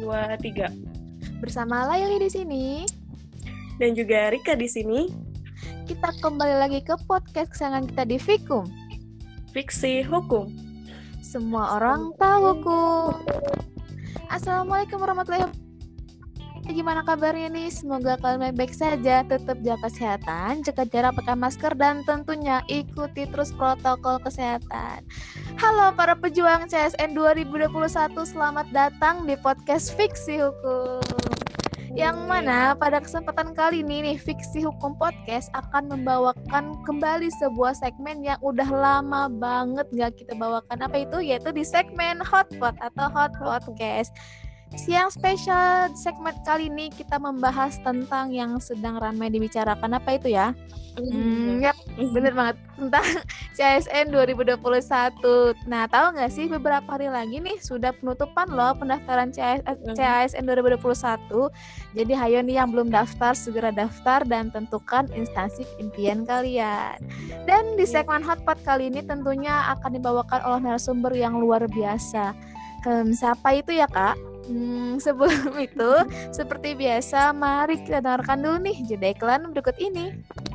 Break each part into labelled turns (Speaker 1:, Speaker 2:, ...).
Speaker 1: 2, 3.
Speaker 2: Bersama Laili di sini.
Speaker 1: Dan juga Rika di sini.
Speaker 2: Kita kembali lagi ke podcast kesayangan kita di Fikum.
Speaker 1: Fiksi Hukum.
Speaker 2: Semua orang tahu hukum. Assalamualaikum warahmatullahi wabarakatuh. Gimana kabarnya nih? Semoga kalian baik-baik saja. Tetap jaga kesehatan, jaga jarak, pakai masker, dan tentunya ikuti terus protokol kesehatan. Halo para pejuang CSN 2021, selamat datang di podcast Fiksi Hukum. Yang mana pada kesempatan kali ini nih, Fiksi Hukum Podcast akan membawakan kembali sebuah segmen yang udah lama banget gak kita bawakan. Apa itu? Yaitu di segmen Hotpot atau Hot Podcast. Siang spesial segmen kali ini kita membahas tentang yang sedang ramai dibicarakan. Apa itu ya? Yap, bener banget, tentang CSN 2021. Nah, tahu nggak sih beberapa hari lagi nih sudah penutupan loh pendaftaran CSN 2021. Jadi hayo nih yang belum daftar segera daftar dan tentukan instansi impian kalian. Dan di segmen Hotpot kali ini tentunya akan dibawakan oleh narasumber yang luar biasa. Siapa itu ya Kak? Sebelum itu, seperti biasa, mari kita dengarkan dulu nih jeda iklan berikut ini.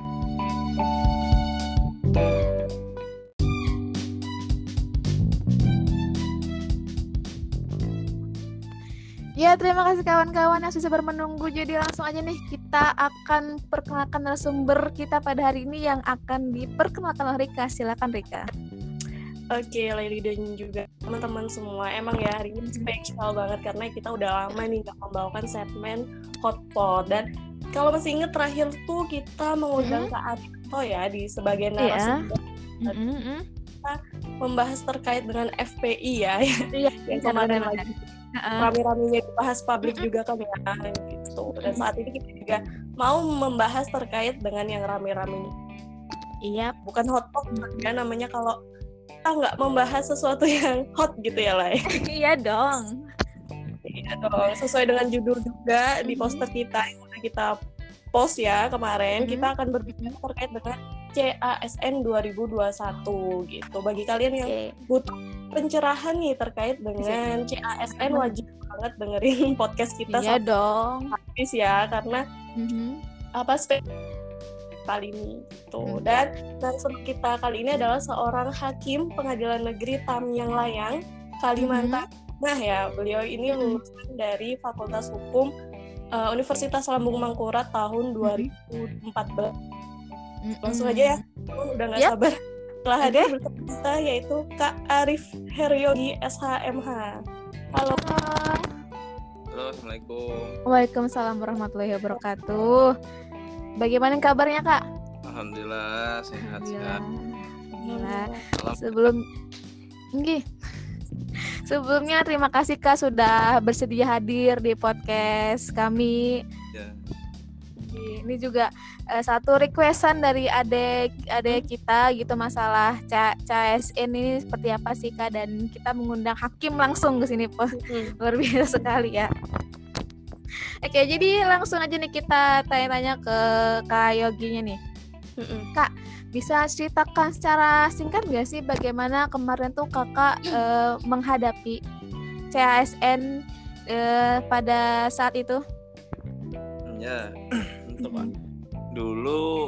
Speaker 2: Ya, terima kasih kawan-kawan yang sudah menunggu. Jadi langsung aja nih kita akan perkenalkan narasumber kita pada hari ini yang akan diperkenalkan oleh Rika. Silakan Rika.
Speaker 1: Oke, Laili dan juga teman-teman semua. Emang ya hari ini spesial banget karena kita udah lama nih gak membawakan segmen Hotpot. Dan kalau masih inget terakhir tuh kita mengundang Kak Arifto ya di sebagian narasumber. Kita membahas terkait dengan FPI ya. Yang kemarin lagi rame-ramenya dibahas publik juga kan ya gitu. Dan saat ini kita juga mau membahas terkait dengan yang rame-rame.
Speaker 2: Iya,
Speaker 1: bukan Hotpot ya namanya kalau kita nggak membahas sesuatu yang hot gitu ya Lai.
Speaker 2: Iya dong.
Speaker 1: Iya dong, sesuai dengan judul juga di poster kita yang udah kita post ya kemarin. Kita akan berbicara terkait dengan CASN 2021 gitu. Bagi kalian yang butuh pencerahan nih terkait dengan CASN, wajib banget dengerin podcast kita.
Speaker 2: Iya dong.
Speaker 1: Habis ya, karena kali ini tuh. Dan narasumber kita kali ini adalah seorang hakim pengadilan negeri Tamyang Layang, Kalimantan. Nah ya, beliau ini lulusan dari Fakultas Hukum Universitas Lambung Mangkurat tahun 2014. Langsung aja ya, udah nggak sabar. Telah hadir bersama kita yaitu Kak Arif Heryogi SHMH. Halo.
Speaker 3: Halo, Assalamualaikum.
Speaker 2: Waalaikumsalam warahmatullahi wabarakatuh. Bagaimana kabarnya Kak?
Speaker 3: Alhamdulillah sehat-sehat.
Speaker 2: Sebelumnya terima kasih Kak sudah bersedia hadir di podcast kami.
Speaker 3: Ya.
Speaker 2: Ini juga satu requestan dari adik kita gitu, masalah CSN ini seperti apa sih Kak, dan kita mengundang hakim langsung ke sini luar biasa sekali ya. Oke, jadi langsung aja nih kita tanya-tanya ke Kak Yoginya nih. Kak, bisa ceritakan secara singkat nggak sih bagaimana kemarin tuh Kakak menghadapi CASN pada saat itu?
Speaker 3: Ya, untuk dulu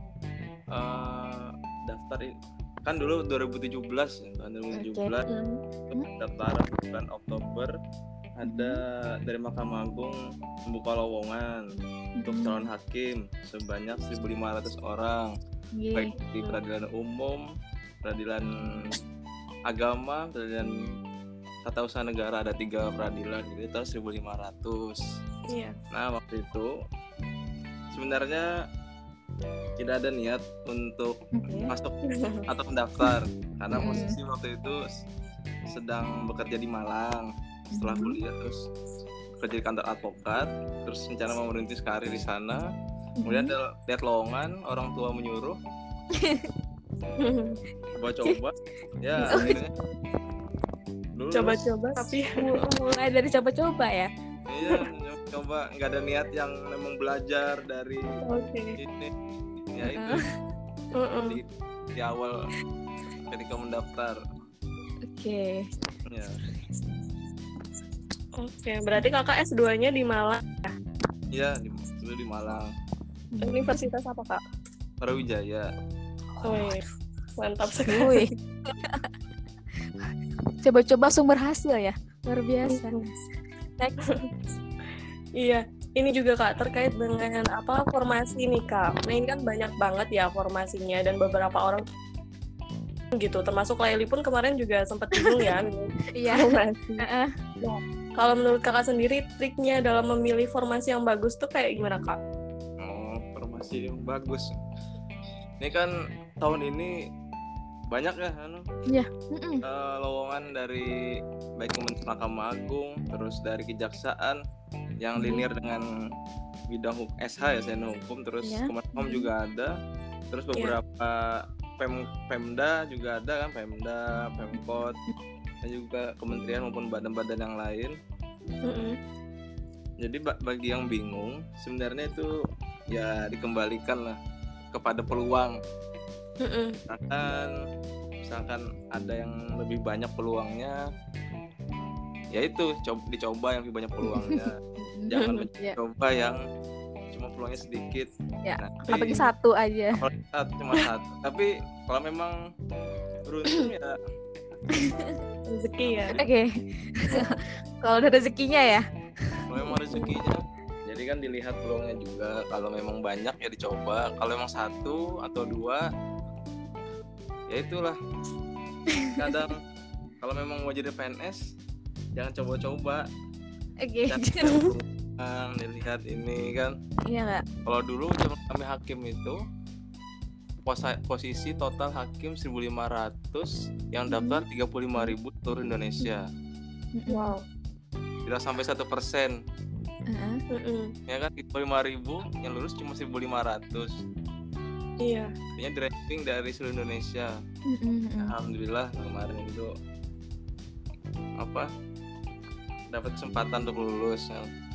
Speaker 3: daftar kan dulu 2017 kan 2017 daftaran bulan Oktober. Ada dari Mahkamah Agung membuka lowongan untuk calon hakim sebanyak 1.500 orang, baik di peradilan umum, peradilan agama, peradilan tata usaha negara, ada 3 peradilan, jadi total 1.500.
Speaker 1: Iya.
Speaker 3: Nah waktu itu sebenarnya tidak ada niat untuk masuk atau mendaftar karena posisi waktu itu sedang bekerja di Malang. Setelah kuliah terus kerja di kantor advokat, terus rencana mau merintis karir di sana. Kemudian ada lihat lowongan, orang tua menyuruh coba-coba ya akhirnya lulus.
Speaker 1: Coba-coba tapi
Speaker 2: mulai dari coba-coba ya.
Speaker 3: Iya, coba, nggak ada niat yang memang belajar dari ini ya itu di awal ketika mendaftar.
Speaker 2: Oke.
Speaker 3: Ya.
Speaker 1: Oke, berarti kakak S2-nya di Malang.
Speaker 3: Iya, dulu di Malang.
Speaker 1: Universitas apa kak?
Speaker 3: Brawijaya.
Speaker 1: Wih, mantap sekali.
Speaker 2: Coba-coba sumber hasil ya, luar biasa. Next.
Speaker 1: Iya, ini juga kak terkait dengan formasi nih kak. Nah ini kan banyak banget ya formasinya dan beberapa orang gitu, termasuk Laili pun kemarin juga sempat bingung ya.
Speaker 2: Iya.
Speaker 1: Nah, kalau menurut kakak sendiri triknya dalam memilih formasi yang bagus tuh kayak gimana kak?
Speaker 3: Formasi yang bagus. Ini kan tahun ini banyak ya lowongan dari baik Mahkamah Agung, terus dari Kejaksaan yang linear dengan bidang SH ya, Sarjana Hukum, terus Kemenkom juga ada, terus beberapa Pemda juga ada kan, Pemda, Pemkot, dan juga kementerian maupun badan-badan yang lain. Jadi bagi yang bingung sebenarnya itu ya dikembalikan lah kepada peluang. Misalkan ada yang lebih banyak peluangnya, ya itu dicoba yang lebih banyak peluangnya. Jangan mencoba yang cuma peluangnya sedikit.
Speaker 2: Ya, apalagi satu aja.
Speaker 3: Cuma satu. Tapi kalau memang beruntung ya
Speaker 1: rezeki ya.
Speaker 2: Oke. Kalau ada rezekinya ya.
Speaker 3: Kalau memang rezekinya, jadi kan dilihat peluangnya juga. Kalau memang banyak ya dicoba. Kalau memang satu atau dua, ya itulah. Kadang kalau memang mau jadi PNS, jangan coba-coba.
Speaker 2: Oke.
Speaker 3: Dilihat ini kan.
Speaker 2: Iya nggak?
Speaker 3: Kalau dulu zaman kami hakim itu posisi total hakim 1.500, yang daftar 35.000 seluruh Indonesia.
Speaker 1: Wow.
Speaker 3: Tidak sampai 1%. Ya kan, 35.000 yang lulus cuma 1.500.
Speaker 1: Iya.
Speaker 3: Artinya di ranking dari seluruh Indonesia. Alhamdulillah kemarin itu dapat kesempatan untuk lulus.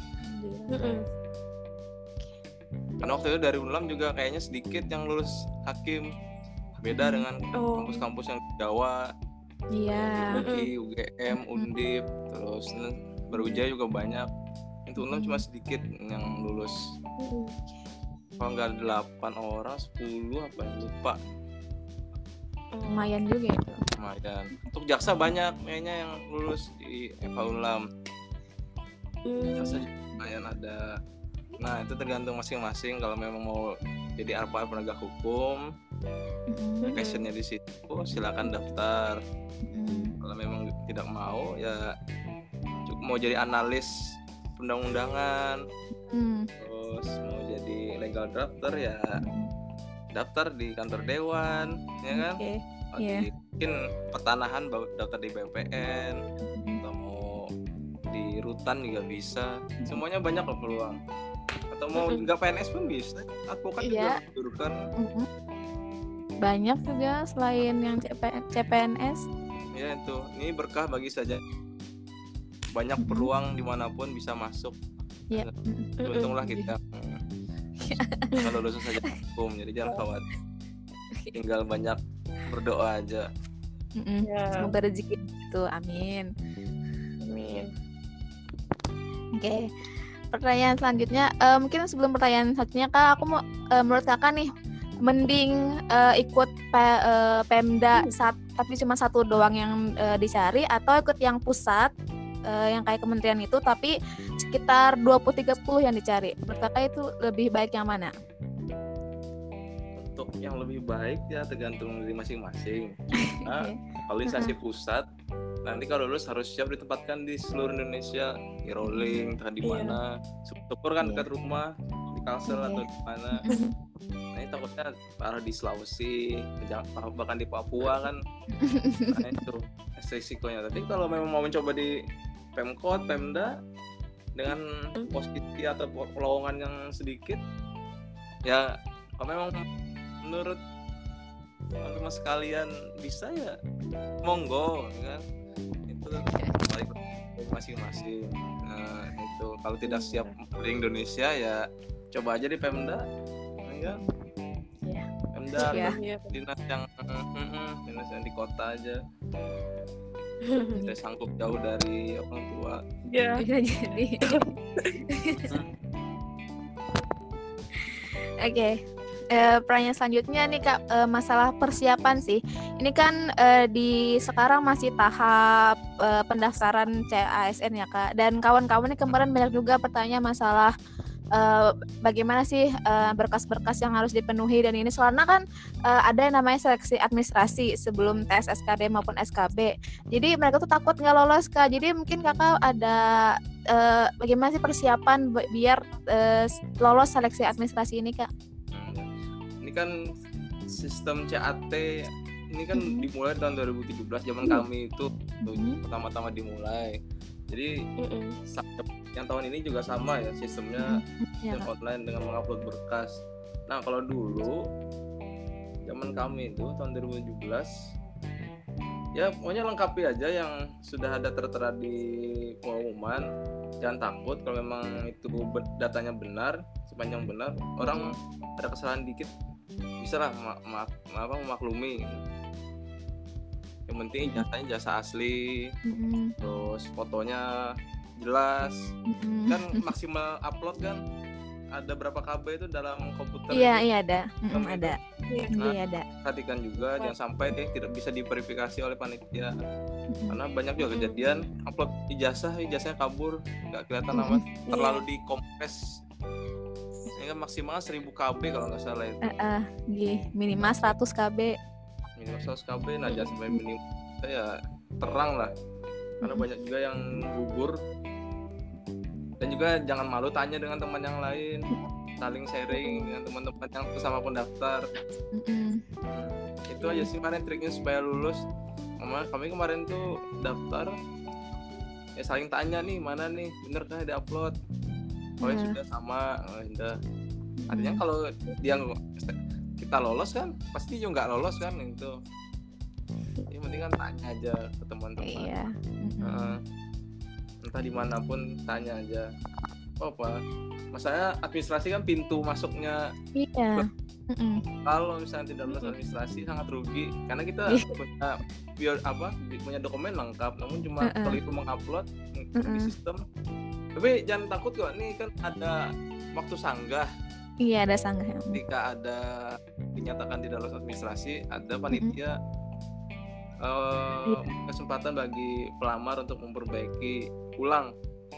Speaker 3: Karena waktu itu dari UNLAM juga kayaknya sedikit yang lulus hakim, beda dengan kampus-kampus yang di Jawa.
Speaker 2: Iya.
Speaker 3: UGM, Undip, terus Brawijaya juga banyak. Itu UNLAM cuma sedikit yang lulus. Kalau nggak 8 orang, 10 apa yang lupa.
Speaker 2: Lumayan juga itu.
Speaker 3: Lumayan. Untuk jaksa banyak kayaknya yang lulus di UNLAM. Jaksa juga lumayan ada. Nah itu tergantung masing-masing. Kalau memang mau jadi penegak hukum, passionnya di situ, silakan daftar. Kalau memang tidak mau, ya mau jadi analis undang-undangan, terus mau jadi legal drafter, ya daftar di kantor dewan, ya kan? Mungkin pertanahan daftar di BPN, atau mau di rutan juga bisa. Semuanya banyak loh peluang. Atau mau nggak PNS pun bisa, advokat juga jurukan.
Speaker 2: Banyak juga selain yang CPNS.
Speaker 3: Ya itu, ini berkah bagi saja. Banyak peluang dimanapun bisa masuk.
Speaker 2: Iya.
Speaker 3: Beruntunglah kita. Kalau lulus saja hukum, jadi jangan khawatir. Tinggal banyak berdoa aja.
Speaker 2: Semoga rezeki itu, amin. Oke. Pertanyaan selanjutnya, mungkin sebelum pertanyaan selanjutnya Kak, aku mau menurut Kakak nih, mending ikut Pemda tapi cuma satu doang yang dicari, atau ikut yang pusat yang kayak kementerian itu tapi sekitar 20-30 yang dicari. Menurut Kakak itu lebih baik yang mana?
Speaker 3: Untuk yang lebih baik ya tergantung dari masing-masing. Nah, kalau instansi pusat, nanti kalau lulus harus siap ditempatkan di seluruh Indonesia, di rolling, entah di mana. Syukur kan dekat rumah, di Kalsel atau di mana. Nah ini takutnya parah di Sulawesi, bahkan di Papua kan. Nah itu resikonya. Tapi kalau memang mau mencoba di Pemkot, Pemda dengan posisi atau pelowongan yang sedikit, ya kalau memang menurut teman-teman sekalian bisa ya monggo, kan? Itu balik masing-masing. Nah itu kalau tidak siap di Indonesia ya coba aja di Pemda, ya. Pemda dinas yang di kota aja. Tidak sanggup jauh dari orang tua.
Speaker 1: Ya.
Speaker 2: Bisa jadi. Oke. Pertanyaan selanjutnya nih Kak, masalah persiapan sih. Ini kan di sekarang masih tahap pendaftaran CASN ya Kak. Dan kawan-kawan ini kemarin banyak juga pertanyaan masalah bagaimana sih berkas-berkas yang harus dipenuhi, dan ini soalnya kan ada yang namanya seleksi administrasi sebelum tes SKD maupun SKB. Jadi mereka tuh takut nggak lolos Kak. Jadi mungkin Kakak ada bagaimana sih persiapan biar lolos seleksi administrasi ini Kak?
Speaker 3: Ini kan sistem CAT ini kan dimulai tahun 2017, zaman kami itu pertama-tama dimulai. Jadi yang tahun ini juga sama ya sistemnya, sistem online dengan mengupload berkas. Nah kalau dulu zaman kami itu tahun 2017 ya pokoknya lengkapi aja yang sudah ada tertera di pengumuman. Jangan takut kalau memang itu datanya benar, sepanjang benar. Orang ada kesalahan dikit bisa lah memaklumi. Yang penting ijazahnya ijazah asli, terus fotonya jelas, kan maksimal upload kan ada berapa KB itu dalam komputer?
Speaker 2: Iya ada,
Speaker 3: ada.
Speaker 2: Iya ada.
Speaker 3: Perhatikan juga jangan sampai tidak bisa diverifikasi oleh panitia, karena banyak juga kejadian upload ijazahnya kabur, nggak kelihatan amat, terlalu dikompres. Ini kan maksimal 1000 KB kalau nggak salah itu.
Speaker 2: Minimal 100 KB.
Speaker 3: Minimal 100 KB, nah jangan sampai minimal ya terang lah, karena banyak juga yang gugur. Dan juga jangan malu tanya dengan teman yang lain, saling sharing dengan teman-teman yang bersama pendaftar. Itu aja sih kemarin triknya supaya lulus. Kami kemarin tuh daftar ya saling tanya nih, mana nih bener kan ada upload, oh ya sudah sama, sudah. Artinya kalau dia kita lolos kan pasti juga nggak lolos kan itu. Yang penting kan tanya aja ke teman-teman. Entah dimanapun tanya aja. Apa? Masalahnya administrasi kan pintu masuknya.
Speaker 2: Iya.
Speaker 3: Kalau misalnya tidak lulus administrasi sangat rugi, karena kita punya dokumen lengkap, namun cuma kali itu mengupload di sistem. Tapi jangan takut kok, nih kan ada waktu sanggah.
Speaker 2: Iya ada sanggah.
Speaker 3: Ketika ada dinyatakan tidak lulus administrasi, ada panitia kesempatan bagi pelamar untuk memperbaiki ulang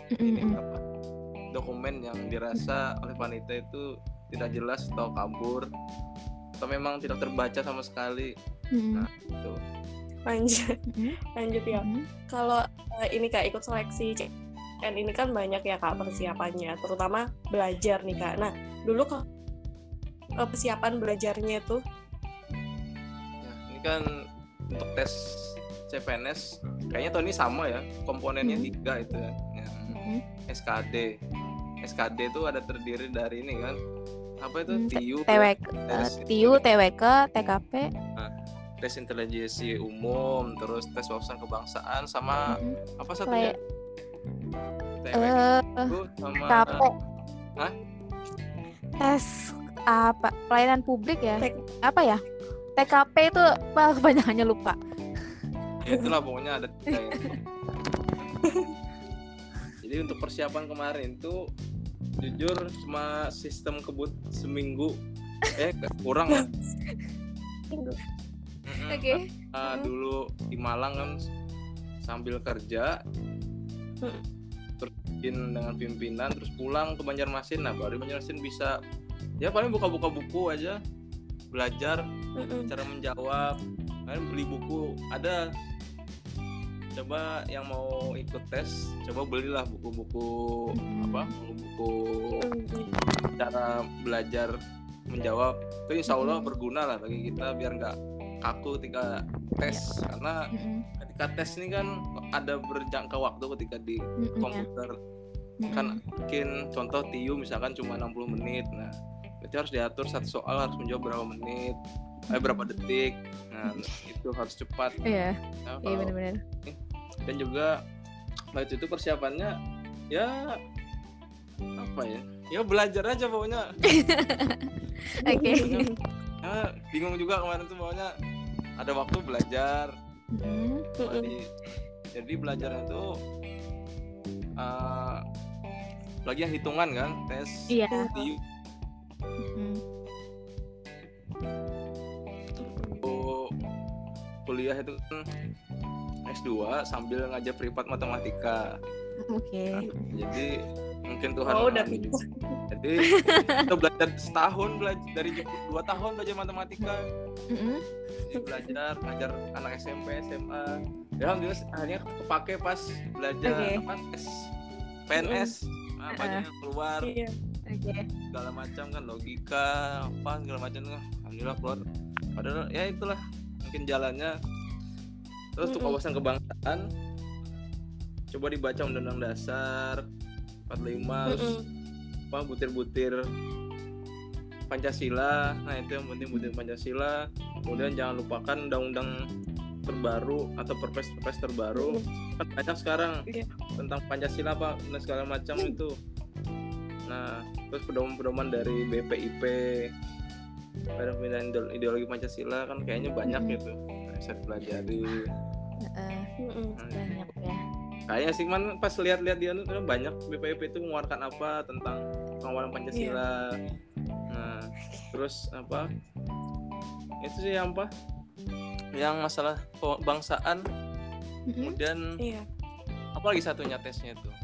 Speaker 3: dokumen yang dirasa oleh panitia itu tidak jelas atau kabur atau memang tidak terbaca sama sekali. Nah itu
Speaker 1: lanjut ya. Kalau ini Kak ikut seleksi CN ini kan banyak ya Kak persiapannya, terutama belajar nih Kak. Nah dulu kok persiapan belajarnya tuh
Speaker 3: ini kan untuk tes CPNS kayaknya tahun ini sama ya, komponennya 3 itu ya. SKD itu ada terdiri dari ini kan, apa itu TIU,
Speaker 2: TWK, TKP,
Speaker 3: tes intelijensi umum, terus tes wawasan kebangsaan, sama apa satunya?
Speaker 2: TWK sama tes apa pelayanan publik ya? Apa ya? TKP itu kebanyakannya lupa.
Speaker 3: Ya itulah pokoknya ada 3 ya. Jadi untuk persiapan kemarin tuh jujur cuma sistem kebut seminggu kurang lah.
Speaker 2: Oke.
Speaker 3: Dulu di Malang kan sambil kerja terus dengan pimpinan, terus pulang ke Banjarmasin. Nah baru Banjarmasin bisa ya paling buka-buka buku aja, belajar cara menjawab, beli buku ada. Coba yang mau ikut tes, coba belilah buku-buku buku cara belajar menjawab. Itu insya Allah berguna lah bagi kita biar nggak kaku ketika tes, karena ketika tes ini kan ada berjangka waktu ketika di komputer. Kan mungkin contoh TIU misalkan cuma 60 menit, nah berarti harus diatur satu soal harus menjawab berapa menit, berapa detik. Nah itu harus cepat.
Speaker 2: Iya benar-benar.
Speaker 3: Dan juga waktu itu persiapannya ya apa ya? Ya belajar aja pokoknya.
Speaker 2: Oke.
Speaker 3: Bingung juga kemarin tuh pokoknya ada waktu belajar. Jadi belajarnya tuh lagi yang hitungan kan, tes
Speaker 2: Iya.
Speaker 3: di kuliah itu kan S2 sambil ngajar privat matematika.
Speaker 2: Oke.
Speaker 3: Nah, jadi mungkin Tuhan
Speaker 1: udah
Speaker 3: mengampuni juga. Jadi kita belajar setahun, dari 2 tahun belajar matematika. Jadi belajar ngajar anak SMP, SMA. Ya alhamdulillah akhirnya kepake pas belajar tes PNS. Nah, banyak yang keluar.
Speaker 1: Iya.
Speaker 3: Segala macam kan, logika apa segala macam kan, alhamdulillah keluar. Padahal ya itulah mungkin jalannya. Terus untuk wawasan kebangsaan, coba dibaca Undang-Undang Dasar 45, terus apa butir-butir Pancasila. Nah itu yang penting, butir Pancasila. Kemudian jangan lupakan undang-undang terbaru atau perpres terbaru. Kan banyak sekarang tentang Pancasila apa dan segala macam itu. Nah, terus pedoman-pedoman dari BPIP, Badan Pembinaan Ideologi Pancasila kan kayaknya banyak gitu. Nah, saya pelajari.
Speaker 2: Banyak ya.
Speaker 3: Kayaknya sih man pas lihat-lihat dia banyak BPIP itu mengeluarkan apa tentang pengawalan Pancasila. Nah, terus apa? Itu sih yang apa? Yang masalah kebangsaan. Kemudian apa lagi satunya tesnya itu?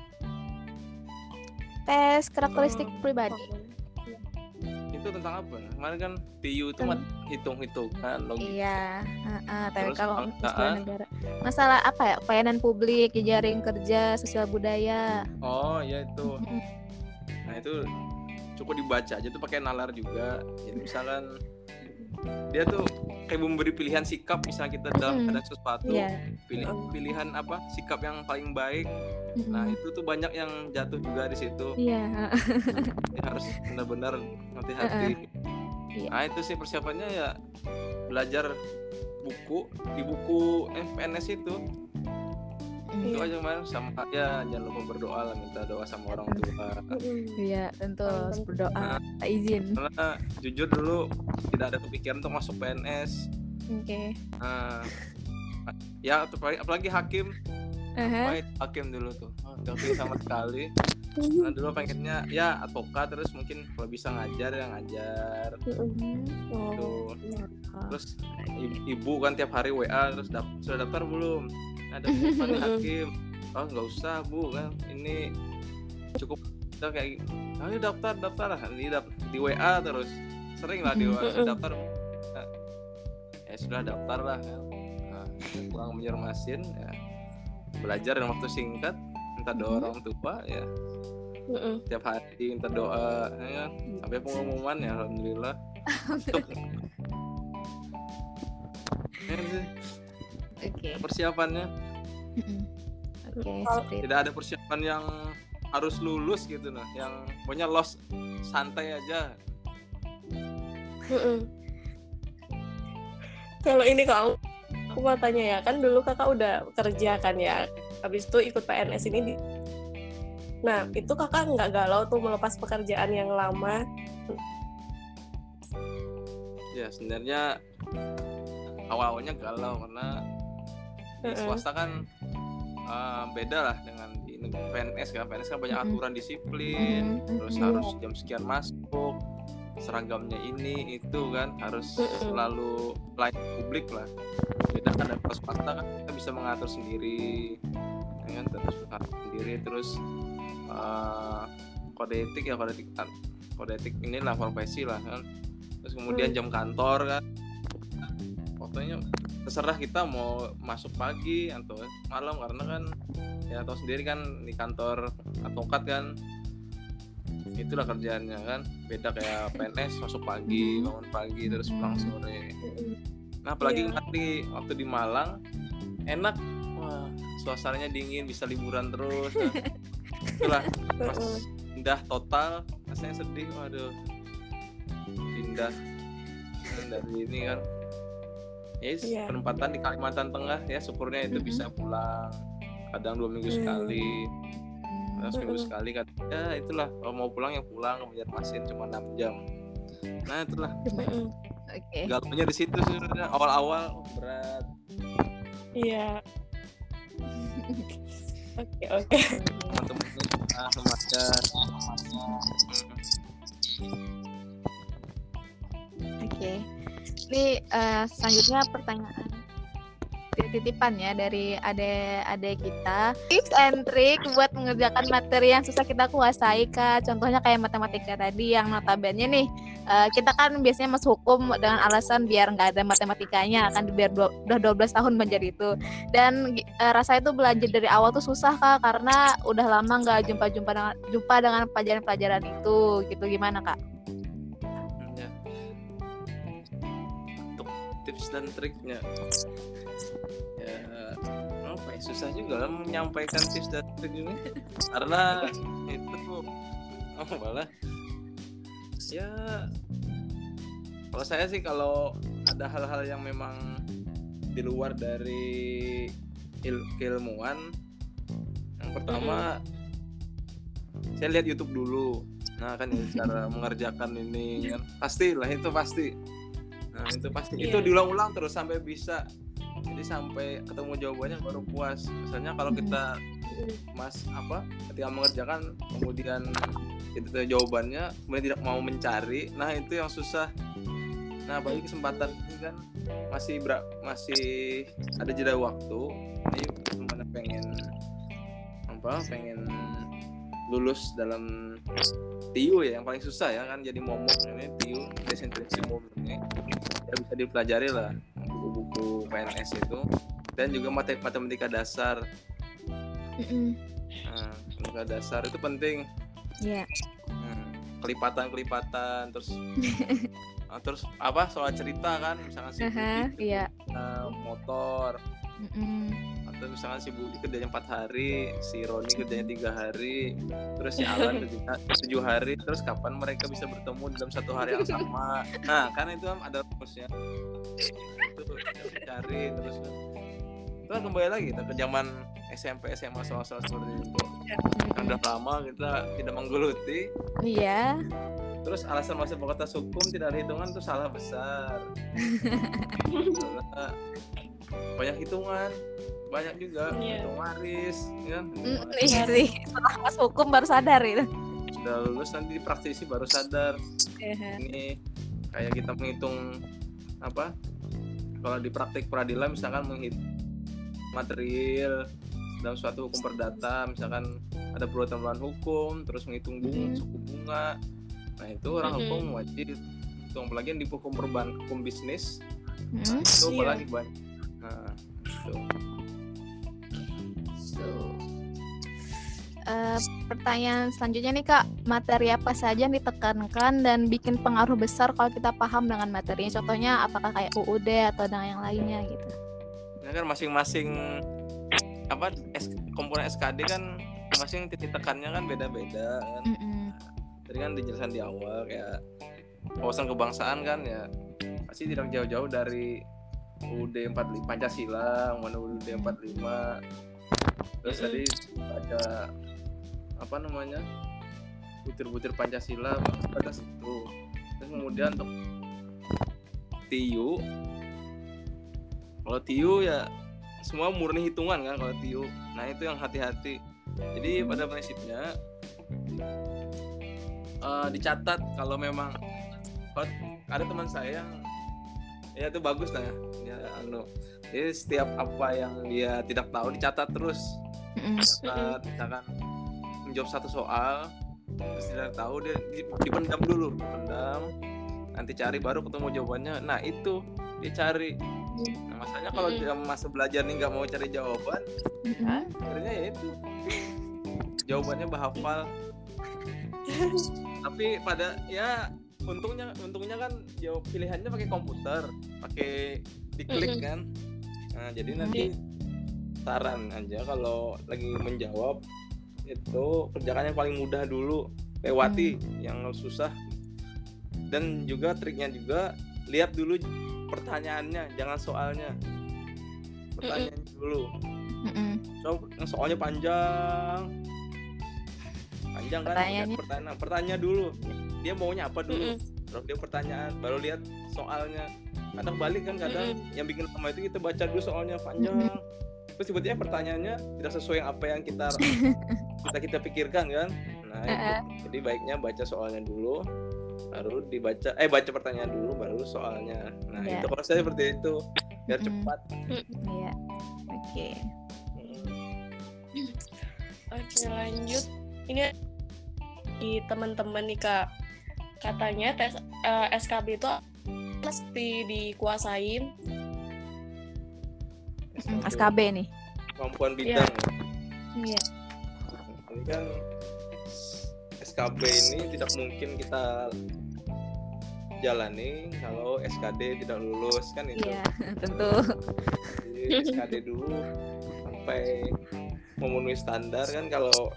Speaker 2: Tes karakteristik pribadi.
Speaker 3: Itu tentang apa? Kemarin kan TU itu hitung-hitungan logika.
Speaker 2: Iya, tapi
Speaker 3: Terus
Speaker 2: kalau
Speaker 3: kebangsaan.
Speaker 2: negara masalah apa ya, pelayanan publik, jejaring kerja, sosial budaya.
Speaker 3: Oh ya itu. Nah itu cukup dibaca aja tuh pakai nalar juga. Jadi misalkan dia tuh kayak memberi pilihan sikap, misalnya kita dalam keadaan sesuatu, pilihan apa sikap yang paling baik. Nah itu tuh banyak yang jatuh juga di situ. Jadi harus benar-benar hati-hati. Nah itu sih persiapannya ya, belajar di buku PNS itu. Itu aja kemarin, sama ya jangan lupa berdoa lah, minta doa sama orang tua.
Speaker 2: Iya tentu harus berdoa, izin.
Speaker 3: Karena jujur dulu tidak ada kepikiran untuk masuk PNS. Ya apalagi hakim. Hakim dulu tuh tapi sama sekali. Nah dulu pengennya ya advokat, terus mungkin kalau bisa ngajar ya ngajar. Tuh. Terus ibu kan tiap hari WA, terus sudah daftar belum? Ada penumpang hakim. Oh nggak usah bu, kan ini cukup kita kayak ayo daftar lah di WA terus, sering lah di WA daftar. Ya sudah daftar lah kan. Nah, kurang menyermasin ya, belajar dalam waktu singkat, minta doa orang tua ya. Tiap hari minta doa ya, sampai pengumuman ya alhamdulillah. Persiapannya tidak ada persiapan yang harus lulus gitu nah, yang pokoknya los santai aja.
Speaker 1: Kalau ini aku mau tanya ya, kan dulu kakak udah kerja kan ya, habis itu ikut PNS ini nah itu kakak nggak galau tuh melepas pekerjaan yang lama?
Speaker 3: Ya sebenarnya awal-awalnya galau karena di swasta kan beda lah dengan di PNS kan. PNS kan banyak aturan disiplin, terus harus jam sekian masuk, seragamnya ini itu kan, harus selalu pelayan publik lah. Beda kan dari swasta kan kita bisa mengatur sendiri, kan terus mengatur sendiri, terus kode etik inilah profesi lah kan. Terus kemudian jam kantor kan, waktunya terserah kita mau masuk pagi atau malam, karena kan ya tahu sendiri kan di kantor advokat kan itulah kerjaannya kan, beda kayak PNS masuk pagi, bangun pagi terus pulang sore. Nah apalagi nanti waktu di Malang enak, wah suasananya dingin, bisa liburan terus. Nah, itulah pas pindah total rasanya sedih, waduh pindah dari ini kan. Penempatan di Kalimantan Tengah ya, syukurnya itu bisa pulang kadang 2 minggu sekali, seminggu sekali kan. Ya itulah, kalau mau pulang ya pulang, Banjarmasin cuma 6 jam. Nah itulah galaunya di situ sebenarnya awal-awal berat.
Speaker 1: Oke.
Speaker 3: Teman-teman remaja.
Speaker 2: Oke. Ini selanjutnya pertanyaan titipan ya dari adik kita. Tips and trick buat mengerjakan materi yang susah kita kuasai, Kak. Contohnya kayak matematika tadi yang notabene nih kita kan biasanya masuk hukum dengan alasan biar nggak ada matematikanya, kan biar udah 12 tahun belajar itu. Dan rasa itu belajar dari awal tuh susah, Kak, karena udah lama nggak jumpa dengan pelajaran-pelajaran itu gitu. Gimana, Kak?
Speaker 3: Ya. Untuk tips dan triknya ya apa ya, susah juga lah menyampaikan tips dan trik ini karena itu malah ya kalau saya sih kalau ada hal-hal yang memang di luar dari keilmuan, yang pertama saya lihat YouTube dulu. Nah kan ya, cara mengerjakan ini kan pastilah itu pasti. Nah itu pasti itu diulang-ulang terus sampai bisa. Jadi sampai ketemu jawabannya baru puas. Misalnya kalau kita ketika mengerjakan kemudian kita tahu jawabannya kemudian tidak mau mencari, nah itu yang susah. Nah bagi kesempatan ini kan masih ada jeda waktu. Ini mana pengen lulus dalam TIU ya, yang paling susah ya kan, jadi momok ini TIU desentrasi umum ini ya bisa dipelajari lah buku-buku PNS itu, dan juga matematika dasar. Nah, matematika dasar itu penting.
Speaker 2: Iya.
Speaker 3: Kelipatan terus terus soal cerita kan, misalkan si Budi motor, atau misalkan si Budi kerjanya 4 hari, si Roni kerjanya 3 hari, terus si Alan kerjanya 7 hari, terus kapan mereka bisa bertemu dalam 1 hari yang sama. Nah kan itu ada rumusnya, itu cari terus. Itu kan kembali lagi kita ke zaman SMP SMA soal-soal seperti itu. Yang udah lama kita tidak menggeluti.
Speaker 2: Iya.
Speaker 3: Terus alasan masuk fakultas hukum tidak ada hitungan itu salah besar. Karena banyak hitungan, banyak juga hitung waris, kan?
Speaker 2: Iya sih. Setelah masuk hukum baru sadar itu.
Speaker 3: Sudah lulus nanti di praktisi baru sadar. Ini kayak kita menghitung kalau di praktik peradilan misalkan menghitung material dalam suatu hukum perdata, misalkan ada perbuatan melawan hukum, terus menghitung suku bunga. Nah itu orang hukum wajib hitung, apalagi yang di hukum hukum bisnis. Nah, itu apalagi banyak. Nah itu.
Speaker 2: Pertanyaan selanjutnya nih, Kak, materi apa saja yang ditekankan dan bikin pengaruh besar kalau kita paham dengan materinya? Contohnya apakah kayak UUD atau dengan yang lainnya gitu?
Speaker 3: Nah kan masing-masing komponen SKD kan masing titik tekannya kan beda-beda kan. Tadi kan dijelaskan di awal kayak wawasan kebangsaan kan ya pasti tidak jauh-jauh dari UUD 45 Pancasila, UUD 45. Terus tadi ada butir-butir Pancasila batas itu. Terus kemudian untuk TIU, kalau TIU ya semua murni hitungan kan kalau TIU. Nah itu yang hati-hati. Jadi pada prinsipnya dicatat kalau memang ada teman saya yang ya itu bagus lah ya. Jadi setiap apa yang dia tidak tahu dicatat terus. Dicatat, misalkan menjawab satu soal terus tidak tahu dia dipendam dulu, nanti cari baru ketemu jawabannya. Nah itu dia cari. Nah masalahnya kalau dia masa belajar nih nggak mau cari jawaban, akhirnya ya itu jawabannya bahafal. Tapi pada ya untungnya kan jawab pilihannya pakai komputer, pakai diklik kan. Nah jadi nanti saran aja kalau lagi menjawab itu kerjakan yang paling mudah dulu, lewati yang susah. Dan juga triknya juga lihat dulu pertanyaannya, jangan soalnya. Pertanyaannya dulu. Soalnya panjang kan, pertanyaan dulu. Dia maunya apa dulu? Terus dia pertanyaan, baru lihat soalnya. Kadang balik kan, yang bikin lama itu kita baca dulu soalnya panjang. terus tiba-tiba pertanyaannya tidak sesuai yang apa yang kita pikirkan kan. Nah itu. Jadi baiknya baca soalnya dulu, baru baca pertanyaan dulu baru soalnya. Nah itu kalau saya seperti itu biar cepat.
Speaker 2: Iya. Oke.
Speaker 1: Oke, lanjut. Ini di teman-teman nih Kak, katanya tes SKB itu mesti dikuasain.
Speaker 2: SKB nih.
Speaker 3: Kemampuan bidang.
Speaker 2: Iya.
Speaker 3: Ini kan SKB ini tidak mungkin kita jalani kalau SKD tidak lulus kan itu.
Speaker 2: Iya, tentu.
Speaker 3: Jadi SKD dulu sampai memenuhi standar kan. Kalau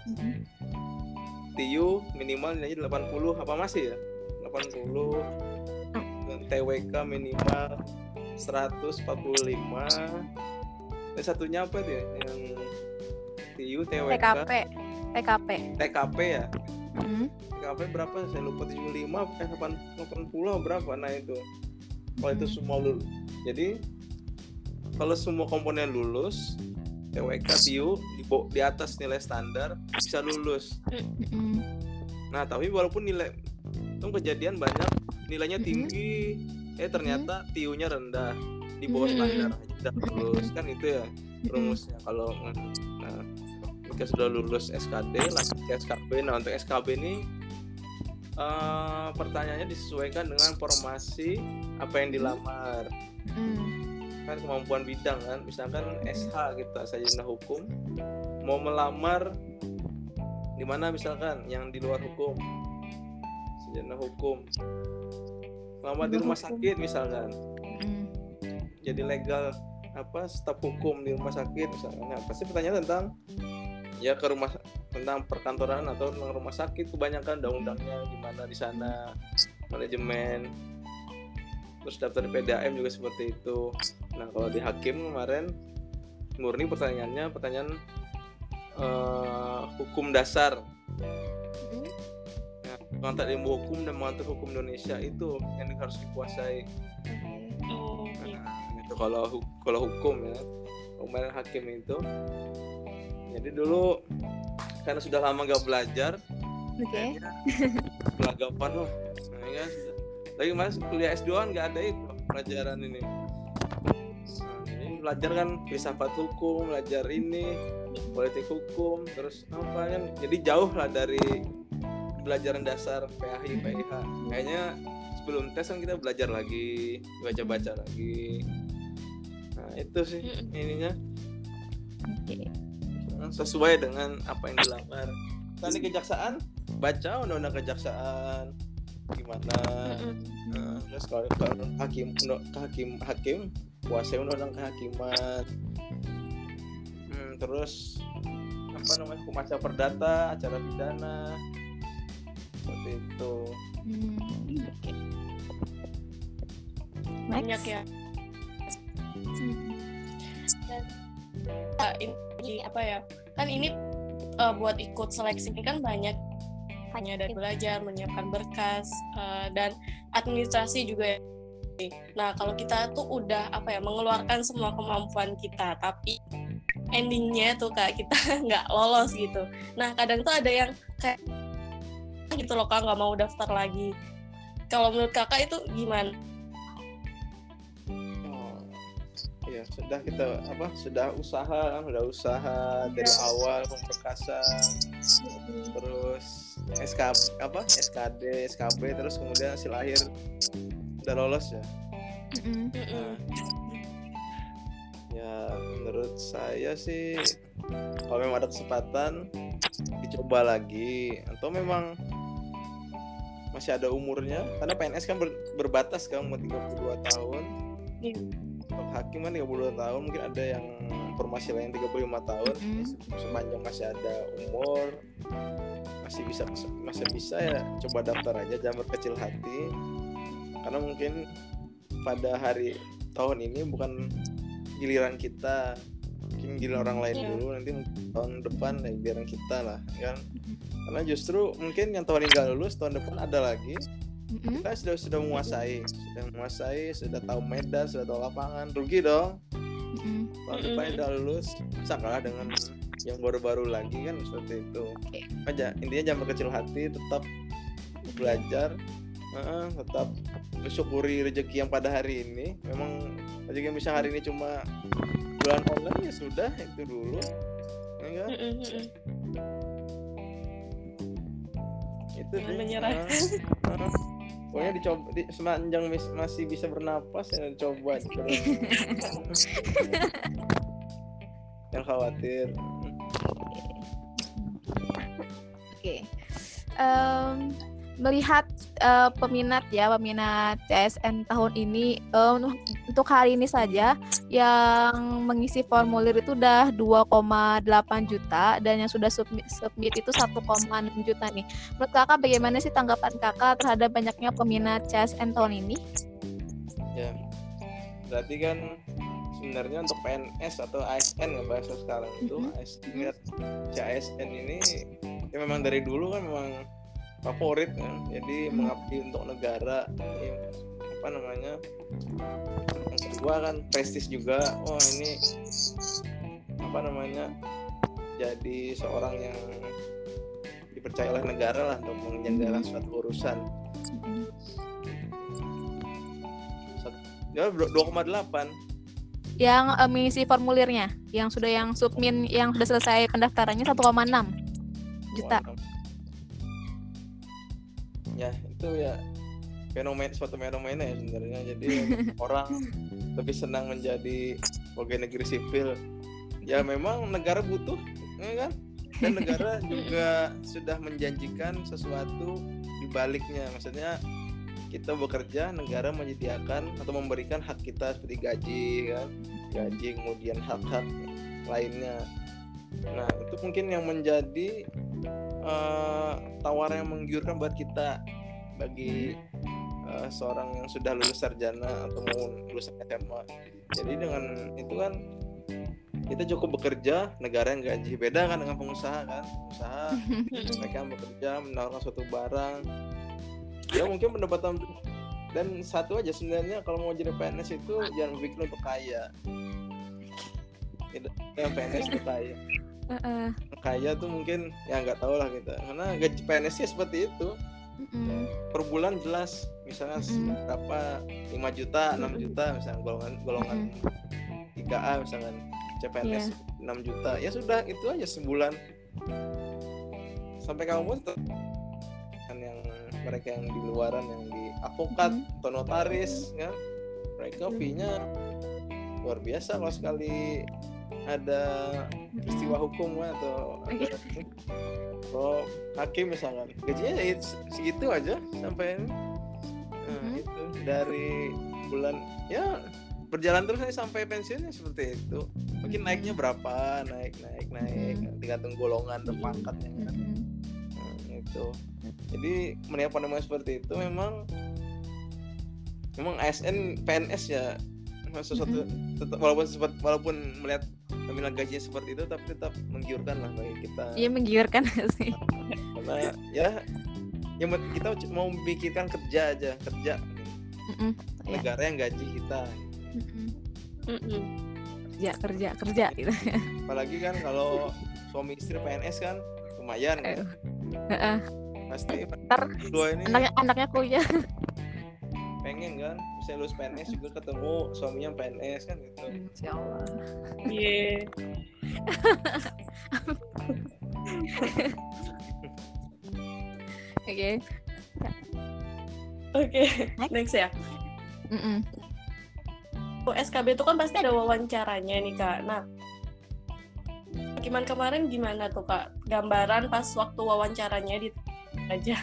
Speaker 3: TU minimal nilainya 80 apa masih ya? 80 dan TWK minimal 145. Dan satunya apa itu ya? Yang TU, TWK, TKP ya? TKP berapa? Saya lupa 75 80 berapa? Nah itu. Kalau itu semua lulus. Jadi kalau semua komponen lulus, TWK, TU di atas nilai standar bisa lulus. Nah tapi walaupun nilai itu kejadian banyak nilainya tinggi, ternyata TU-nya rendah di bawah standar tidak lulus kan itu ya rumusnya. Kalau jika sudah lulus SKD lanjut ke SKB. Nah untuk SKB ini pertanyaannya disesuaikan dengan formasi apa yang dilamar. Kan kemampuan bidang kan, misalkan SH kita sarjana hukum mau melamar di mana misalkan yang di luar hukum, sarjana hukum melamar di rumah sakit misalkan, jadi legal staf hukum di rumah sakit misalkan. Nah, pasti pertanyaan tentang tentang perkantoran atau tentang rumah sakit, kebanyakan undang-undangnya gimana di sana, manajemen. Terus daftar PDAM juga seperti itu. Nah kalau di hakim kemarin murni pertanyaannya hukum dasar. Nah, mengantar ilmu hukum dan mengatur hukum Indonesia itu yang harus dikuasai. Nah, itu kalau hukum ya. Kemarin hakim itu. Jadi dulu karena sudah lama gak belajar, pelagapan loh. Nah, kan lagi mas kuliah S2 kan nggak ada itu pelajaran ini. Nah, ini belajar kan filsafat hukum, belajar ini politik hukum, terus apa kan, jadi jauh lah dari pelajaran dasar PAHI, PIH. Kayaknya sebelum tes kan kita belajar lagi, baca lagi. Nah itu sih ininya. Sesuai dengan apa yang dilamar. Tadi kejaksaan, baca undang-undang kejaksaan gimana. Terus kalau hakim kuasai undang-undang kehakiman. Terus hukum acara perdata, acara pidana, seperti itu.
Speaker 1: Banyak ya. Ini apa ya? Kan ini buat ikut seleksi ini kan banyak, hanya dari belajar, menyiapkan berkas, dan administrasi juga. Nah kalau kita tuh udah mengeluarkan semua kemampuan kita, tapi endingnya tuh Kak kita nggak lolos gitu. Nah kadang tuh ada yang kayak gitu loh Kak, nggak mau daftar lagi. Kalau menurut Kakak itu gimana?
Speaker 3: Ya sudah kita sudah usaha dari awal pemberkasan, terus SKD, SKB, terus kemudian hasil akhir udah lolos ya. Ya menurut saya sih kalau memang ada kesempatan dicoba lagi, atau memang masih ada umurnya, karena PNS kan berbatas kan umur 32 tahun. Untuk hakim kan 32 tahun, mungkin ada yang formasi lain 35 tahun. Sepanjang masih ada umur, masih bisa ya coba daftar aja, jangan berkecil hati. Karena mungkin pada hari tahun ini bukan giliran kita, mungkin giliran orang lain dulu, nanti tahun depan ya giliran kita lah kan. Karena justru mungkin yang tahun ini gak lulus, tahun depan ada lagi. Kita sudah menguasai, sudah tahu medan, sudah tahu lapangan, rugi dong. tahun depan udah lulus bisa kalah dengan yang baru-baru lagi kan seperti itu. Aja intinya jangan berkecil hati, tetap belajar, tetap bersyukuri rezeki yang pada hari ini. Memang rezeki yang bisa hari ini cuma bulan online, ya sudah itu dulu, ya kan? Itu sih.
Speaker 1: Menyerah.
Speaker 3: Pokoknya dicoba, sepanjang masih bisa bernapas ya coba terus. Yang khawatir.
Speaker 2: Oke. Melihat peminat CSN tahun ini, untuk hari ini saja yang mengisi formulir itu udah 2,8 juta dan yang sudah submit itu 1,6 juta nih. Menurut kakak bagaimana sih tanggapan kakak terhadap banyaknya peminat CSN tahun ini?
Speaker 3: Ya, berarti kan sebenarnya untuk PNS atau ASN ya bahasa sekarang itu CSN ini ya memang dari dulu kan memang favorit kan, jadi mengabdi untuk negara, ya, yang kedua kan prestis juga. Ini jadi seorang yang dipercaya oleh negara lah untuk menjalankan suatu urusan. Ya 2,8
Speaker 2: yang mengisi formulirnya, yang sudah submit, yang sudah selesai pendaftarannya 1,6 juta.
Speaker 3: Ya itu ya suatu fenomena ya sebenarnya. Jadi orang lebih senang menjadi pegawai negeri sipil. Ya memang negara butuh, ya kan? Dan negara juga sudah menjanjikan sesuatu di baliknya. Maksudnya kita bekerja, negara menyediakan atau memberikan hak kita seperti gaji kan, gaji kemudian hak-hak lainnya. Nah itu mungkin yang menjadi tawaran yang menggiurkan buat kita bagi seorang yang sudah lulus sarjana atau mau lulus SMA. Jadi dengan itu kan kita cukup bekerja, negara yang gaji. Beda kan dengan pengusaha kan, mereka bekerja menawarkan suatu barang, ya mungkin pendapatan. Dan satu aja sebenarnya kalau mau jadi PNS itu jangan berpikir untuk kaya. Tidak, PNS itu kaya. Kaya tuh mungkin ya nggak tahu lah kita, karena gaji PNS-nya seperti itu. Per bulan jelas misalnya berapa, 5 juta, 6 juta misalnya golongan 3A misalkan, CPNS 6 juta, ya sudah itu aja sebulan sampai kamu kan. Yang mereka yang di luaran, yang di advokat atau notaris kan, mereka fee-nya luar biasa. Kalau sekali ada peristiwa hukum atau hakim misalkan, gajinya ya segitu aja sampai itu dari bulan ya berjalan terus sampai pensiunnya seperti itu. Mungkin naiknya berapa, naik tergantung golongan dan pangkatnya kan. Itu jadi melihat pandangan seperti itu, memang ASN PNS ya sesuatu tetap, walaupun melihat tampilan gajinya seperti itu, tapi tetap menggiurkan lah bagi kita.
Speaker 2: Iya, menggiurkan sih.
Speaker 3: Karena ya kita mau memikirkan kerja negara yang gaji kita.
Speaker 2: Kerja gitu.
Speaker 3: Apalagi kan kalau suami istri PNS kan lumayan kan. Pasti
Speaker 2: ntar
Speaker 3: dua ini
Speaker 2: anaknya kuliah.
Speaker 3: Pengen kan bisa lulus PNS juga ketemu suaminya PNS kan gitu.
Speaker 2: Insyaallah.
Speaker 1: Iya. Oke, next ya. SKB itu kan pasti ada wawancaranya nih Kak. Nah, kemarin gimana tuh Kak? Gambaran pas waktu wawancaranya aja.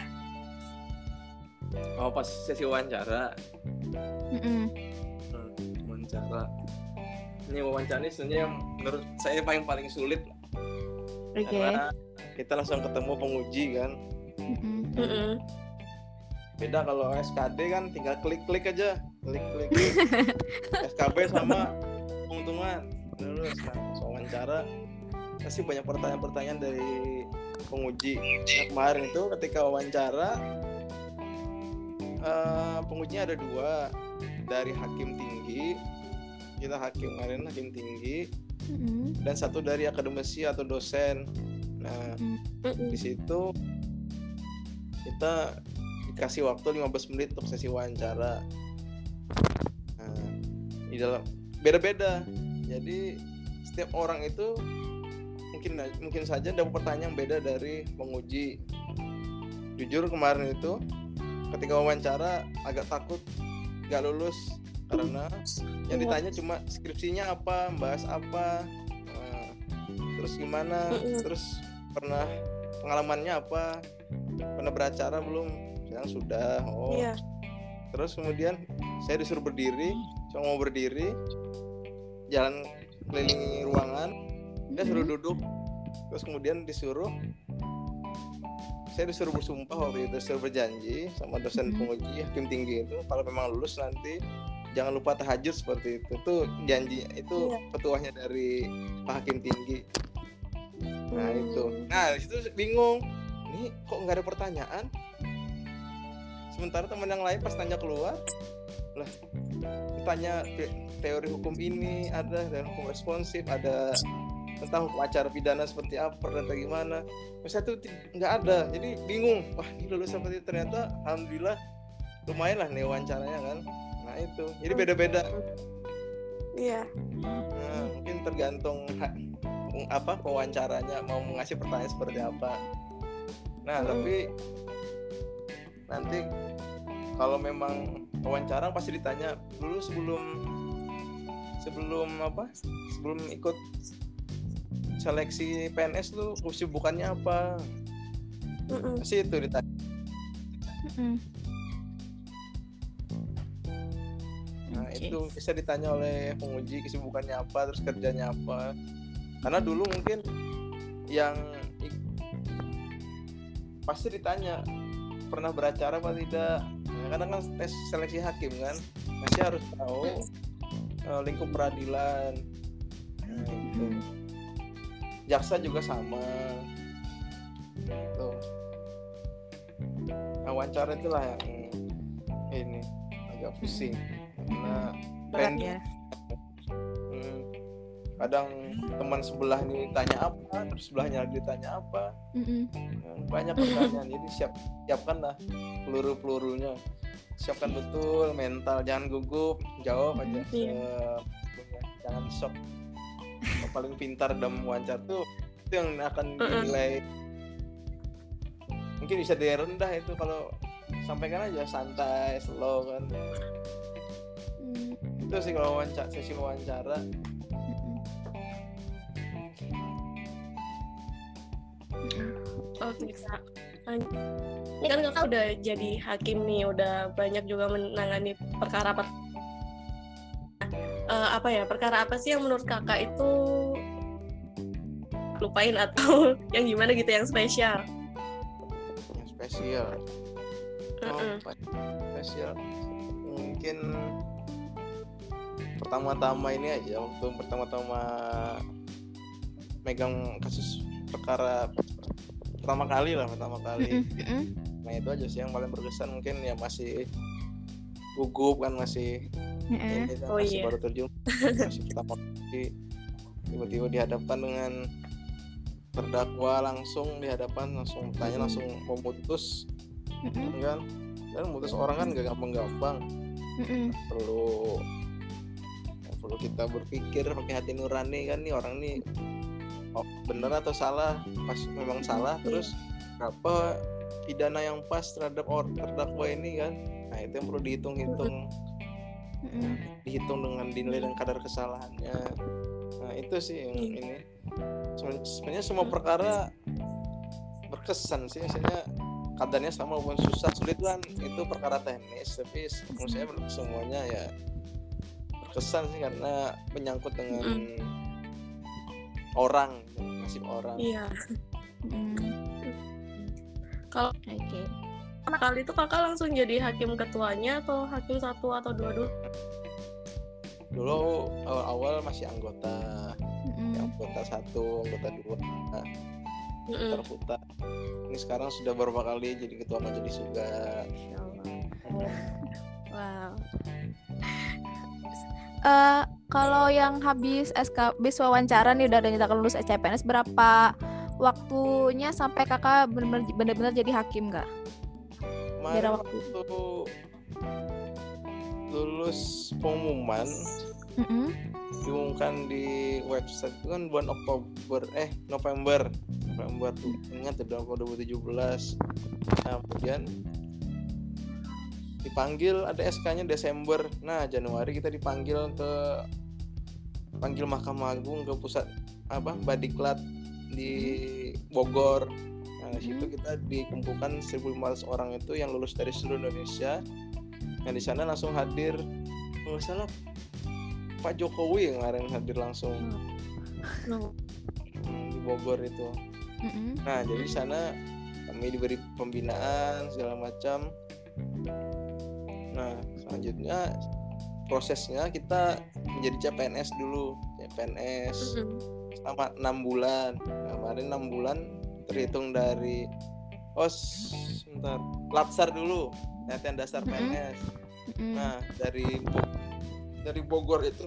Speaker 3: Oh, pas sesi wawancara. Wawancara. Ini wawancara ini sebenarnya yang menurut saya paling sulit. Karena kita langsung ketemu penguji kan. Beda kalau SKD kan tinggal klik aja. SKB sama keuntungan. Terus wawancara pasti banyak pertanyaan-pertanyaan dari penguji. Nah, kemarin itu ketika wawancara pengujinya ada 2, dari hakim tinggi kita hakim kemarin hakim tinggi dan satu dari akademisi atau dosen. Nah di situ kita dikasih waktu 15 menit untuk sesi wawancara. Nah, di dalam beda-beda. Jadi setiap orang itu mungkin saja dapat pertanyaan beda dari penguji. Jujur kemarin itu ketika wawancara agak takut gak lulus karena yang ditanya cuma skripsinya apa, bahas apa, terus gimana, terus pernah pengalamannya apa, pernah beracara belum, yang sudah. Terus kemudian saya disuruh berdiri, cuma mau berdiri, jalan keliling ruangan, dia suruh duduk, terus kemudian saya disuruh bersumpah waktu itu, disuruh berjanji sama dosen penguji hakim tinggi itu kalau memang lulus nanti jangan lupa tahajud seperti itu. Itu janji, itu petuahnya dari Pak Hakim Tinggi. Nah itu, nah di situ bingung, ini kok nggak ada pertanyaan? Sementara teman yang lain pas tanya keluar, lah tanya teori hukum ini ada, dan hukum responsif ada, tentang hukum acara pidana seperti apa dan bagaimana. Misalnya itu nggak ada, jadi bingung. Wah ini lulus seperti itu, ternyata alhamdulillah lumayan lah nih wawancaranya kan. Nah itu, jadi beda-beda.
Speaker 1: Iya.
Speaker 3: Nah, mungkin tergantung apa pewawancaranya mau ngasih pertanyaan seperti apa. Nah tapi nanti kalau memang wawancara pasti ditanya dulu sebelum ikut seleksi PNS lu kesibukannya apa, pasti itu ditanya. Nah itu bisa ditanya oleh penguji kesibukannya apa, terus kerjanya apa. Karena dulu mungkin yang pasti ditanya pernah beracara apa tidak. Nah, karena kan tes seleksi hakim kan masih harus tahu lingkup peradilan. Nah, itu. Jaksa juga sama. Tuh. Nah, wawancara itulah yang ini agak pusing. Karena
Speaker 2: berat ya.
Speaker 3: Kadang teman sebelah ini tanya apa, terus sebelahnya lagi ditanya apa. Banyak pertanyaan, jadi siapkanlah peluru-pelurunya. Siapkan betul mental, jangan gugup, jawab aja. Jangan shock. Paling pintar dalam wawancara tuh itu yang akan dinilai. Mungkin bisa rendah itu kalau sampaikan aja santai, slow kan. Itu sih kalau sesi wawancara.
Speaker 1: Oke, Kak. Ini kan Kakak udah jadi hakim nih, udah banyak juga menangani perkara perkara apa sih yang menurut Kakak itu lupain atau yang gimana gitu, yang spesial?
Speaker 3: Yang spesial. Spesial. Mungkin pertama-tama ini aja, waktu pertama-tama megang kasus perkara pertama kali. Nah itu aja sih yang paling berkesan. Mungkin ya masih gugup kan, masih baru terjun, masih pertama kali tiba-tiba dihadapkan dengan terdakwa, langsung bertanya, langsung memutus kan, dan memutus orang kan gak gampang-gampang. Perlu kita berpikir pakai hati nurani kan, nih orang nih benar atau salah. Pas memang salah, terus berapa pidana yang pas terhadap terdakwa ini kan. Nah itu yang perlu dihitung dengan dinilai dan kadar kesalahannya. Nah itu sih yang ini. Sebenarnya semua perkara berkesan sih, misalnya kadarnya sama maupun susah sulit kan, itu perkara teknis, tapi menurut saya semuanya ya berkesan sih karena menyangkut dengan orang, nasib orang.
Speaker 1: Iya. Kalau kali itu Kakak langsung jadi hakim ketuanya atau hakim 1 atau 2 dulu?
Speaker 3: Dulu awal masih anggota, anggota 1, anggota 2, terputar. Ini sekarang sudah beberapa kali jadi ketua majelis juga.
Speaker 2: Wow. Kalau yang habis habis wawancara nih udah dinyatakan lulus CPNS, berapa waktunya sampai kakak benar-benar jadi hakim nggak?
Speaker 3: Kemarin waktu lulus pengumuman diumumkan di website itu kan bulan November tuh, ingat ya, 2017. Nah, kemudian dipanggil, ada SK-nya Desember. Nah, Januari kita dipanggil Mahkamah Agung ke pusat Badiklat di Bogor. Nah, di situ kita dikumpulkan 1.500 orang itu yang lulus dari seluruh Indonesia. Nah, di sana langsung hadir, nggak salah Pak Jokowi yang kemarin hadir langsung di Bogor itu. Nah, jadi di sana kami diberi pembinaan segala macam. Nah, selanjutnya prosesnya kita menjadi CPNS dulu, selama 6 bulan. Nah, kemarin 6 bulan terhitung dari Latsar dulu, latihan dasar PNS. Nah, dari Bogor itu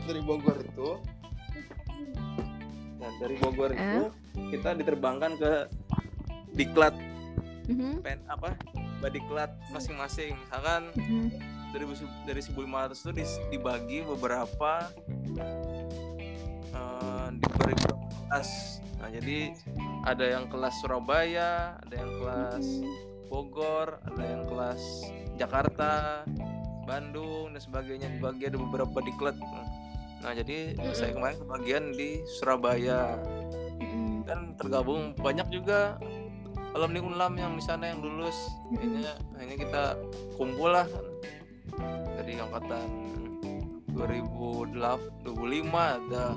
Speaker 3: kita diterbangkan ke Diklat, Badiklat masing-masing. Misalkan dari 1.500 itu dibagi beberapa diberi kelas. Nah, jadi ada yang kelas Surabaya, ada yang kelas Bogor, ada yang kelas Jakarta, Bandung dan sebagainya, dibagi ada beberapa diklat. Nah, jadi saya kemarin kebagian di Surabaya. Dan tergabung banyak juga alumni Unlam yang di sana yang lulus. Akhirnya kita kumpul lah dari angkatan 2005 ada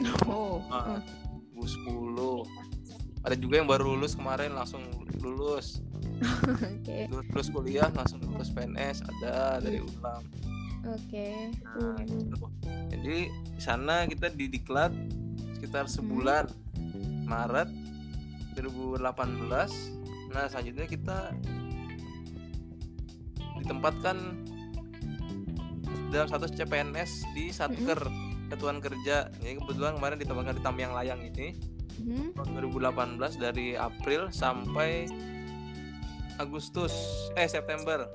Speaker 3: 2010. Ada juga yang baru lulus kemarin langsung lulus. Lulus kuliah langsung lulus PNS, ada dari Unlam. Nah, gitu. Jadi di sana kita didiklat sekitar sebulan, Maret 2018. Nah, selanjutnya kita ditempatkan dalam status CPNS di Satker, Satuan Kerja. Ini kebetulan kemarin ditempatkan di Tamyang Layang ini tahun 2018 dari April sampai September.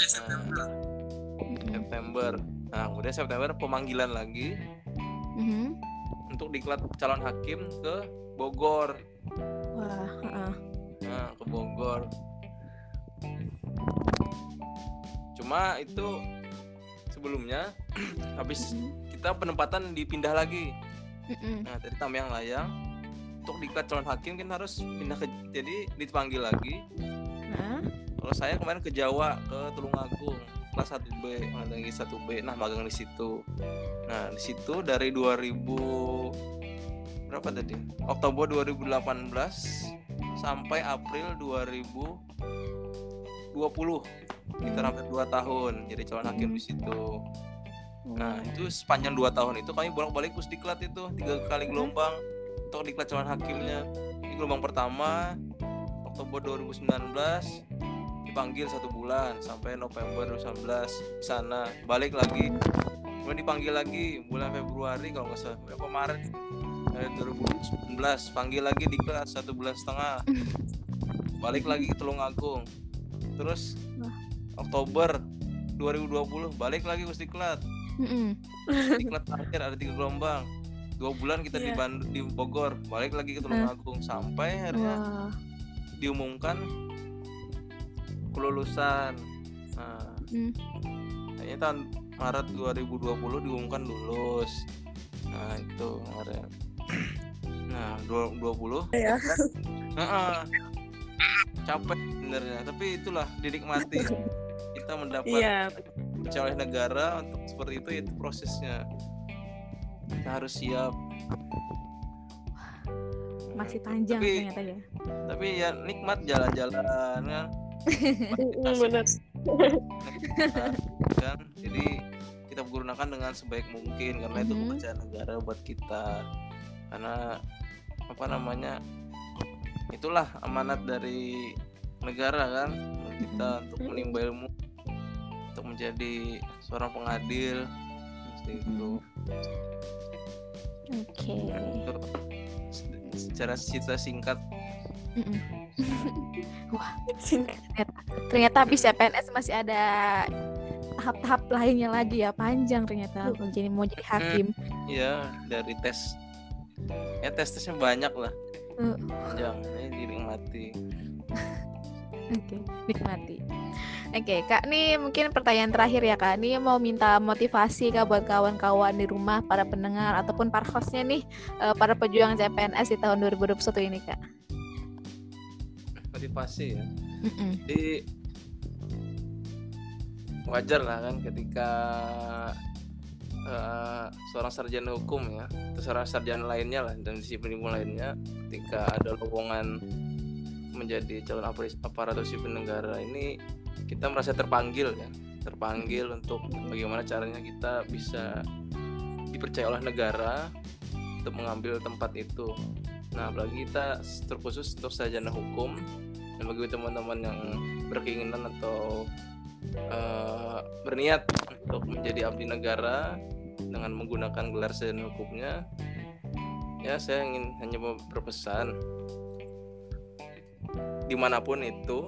Speaker 3: September. Nah, kemudian September pemanggilan lagi untuk diklat calon hakim ke Bogor. Nah, ke Bogor. Cuma itu sebelumnya habis kita penempatan dipindah lagi. Nah, dari Tamyang Layang untuk diklat calon hakim kan harus pindah jadi dipanggil lagi. Kalau saya kemarin ke Jawa, ke Tulungagung, kelas 1B, lagi 1B. Nah, magang di situ. Nah, di situ dari Oktober 2018 sampai April 2020. Kita hampir 2 tahun jadi calon hakim di situ. Nah, itu sepanjang 2 tahun itu kami bolak-balik pusdiklat itu 3 kali gelombang untuk diklat calon hakimnya. Di gelombang pertama Oktober 2019 dipanggil 1 bulan sampai November 2019 di sana, balik lagi. Kemudian dipanggil lagi bulan Februari kalau nggak salah, berapa Maret 2019 panggil lagi diklat 1 bulan setengah, balik lagi ke Tulungagung. Terus Oktober 2020 balik lagi ke diklat. Diklat terakhir ada 3 gelombang, 2 bulan kita di Bogor, balik lagi ke Tulungagung sampai akhirnya diumumkan kelulusan. Nah, kayaknya tahun Maret 2020 diumumkan lulus. Nah, itu kemarin. Nah, 2020 ya. Capek sebenarnya, tapi itulah dinikmati. Kita mendapat oleh negara untuk seperti itu, itu prosesnya. Kita harus siap.
Speaker 2: Masih panjang ternyata ya.
Speaker 3: Tapi ya nikmat jalan-jalan kan.
Speaker 1: Benar.
Speaker 3: Kan, jadi kita gunakan dengan sebaik mungkin karena itu pekerjaan negara buat kita. Karena itulah amanat dari negara kan, kita untuk menimba ilmu, untuk menjadi seorang pengadil seperti itu.
Speaker 2: Oke.
Speaker 3: Secara cerita singkat.
Speaker 2: Wah, ternyata habis ya PNS masih ada tahap-tahap lainnya lagi ya, panjang ternyata mau jadi hakim.
Speaker 3: Iya, dari tes. Ya tes-tesnya banyak lah. Jangan dinikmati.
Speaker 2: Oke, nikmati. Oke, Kak, nih mungkin pertanyaan terakhir ya, Kak. Nih mau minta motivasi Kak buat kawan-kawan di rumah, para pendengar ataupun para hostnya nih, para pejuang CPNS di tahun 2021 ini, Kak.
Speaker 3: Motivasi ya. Jadi wajar lah kan ketika seorang sarjana hukum ya, atau seorang sarjana lainnya lah dan disiplin ilmu lainnya, ketika ada lowongan menjadi calon aparatur sipil negara ini, kita merasa terpanggil untuk bagaimana caranya kita bisa dipercaya oleh negara untuk mengambil tempat itu. Nah, apalagi kita terkhusus untuk sarjana hukum, dan bagi teman-teman yang berkeinginan atau berniat untuk menjadi abdi negara dengan menggunakan gelar sarjana hukumnya, ya saya ingin hanya berpesan, dimanapun itu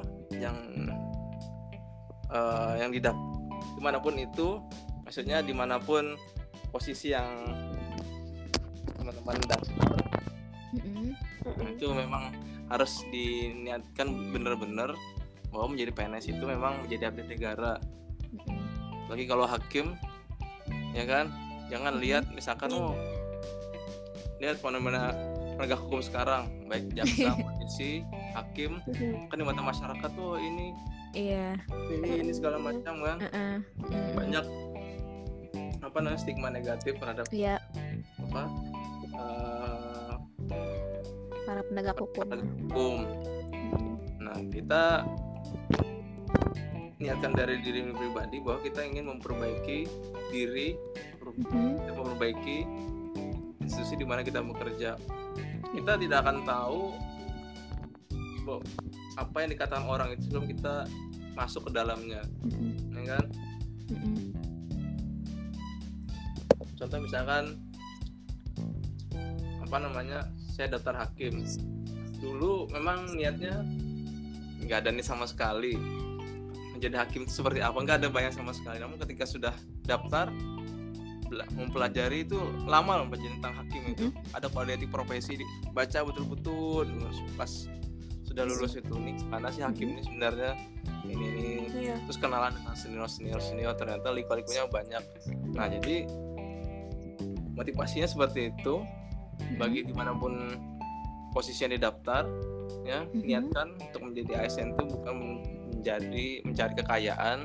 Speaker 3: dimanapun itu, maksudnya dimanapun posisi yang teman-teman daftar, itu memang harus diniatkan benar-benar bahwa menjadi PNS itu memang menjadi abdi negara. Lagi kalau hakim, ya kan, jangan lihat misalkan lihat fenomena penegak hukum sekarang, baik jaksa, polisi, hakim, kan di mata masyarakat tuh ini segala macam kan, banyak stigma negatif terhadap
Speaker 2: para penegak hukum.
Speaker 3: Nah, kita niatkan dari diri pribadi bahwa kita ingin memperbaiki diri, memperbaiki institusi di mana kita bekerja. Kita tidak akan tahu apa yang dikatakan orang itu sebelum kita masuk ke dalamnya, ya kan? Contoh misalkan saya daftar hakim. Dulu memang niatnya nggak ada nih sama sekali menjadi hakim itu seperti apa, nggak ada bayang sama sekali. Namun ketika sudah daftar, mempelajari itu lama mempelajari tentang hakim itu, ada kode etik profesi, baca betul-betul pas sudah lulus itu nih, karena si hakim ini sebenarnya ini terus kenalan dengan senior, ternyata liku-likunya banyak. Nah, jadi motivasinya seperti itu. Bagi dimanapun posisi yang didaftar, ya niatkan untuk menjadi ASN itu bukan mencari kekayaan,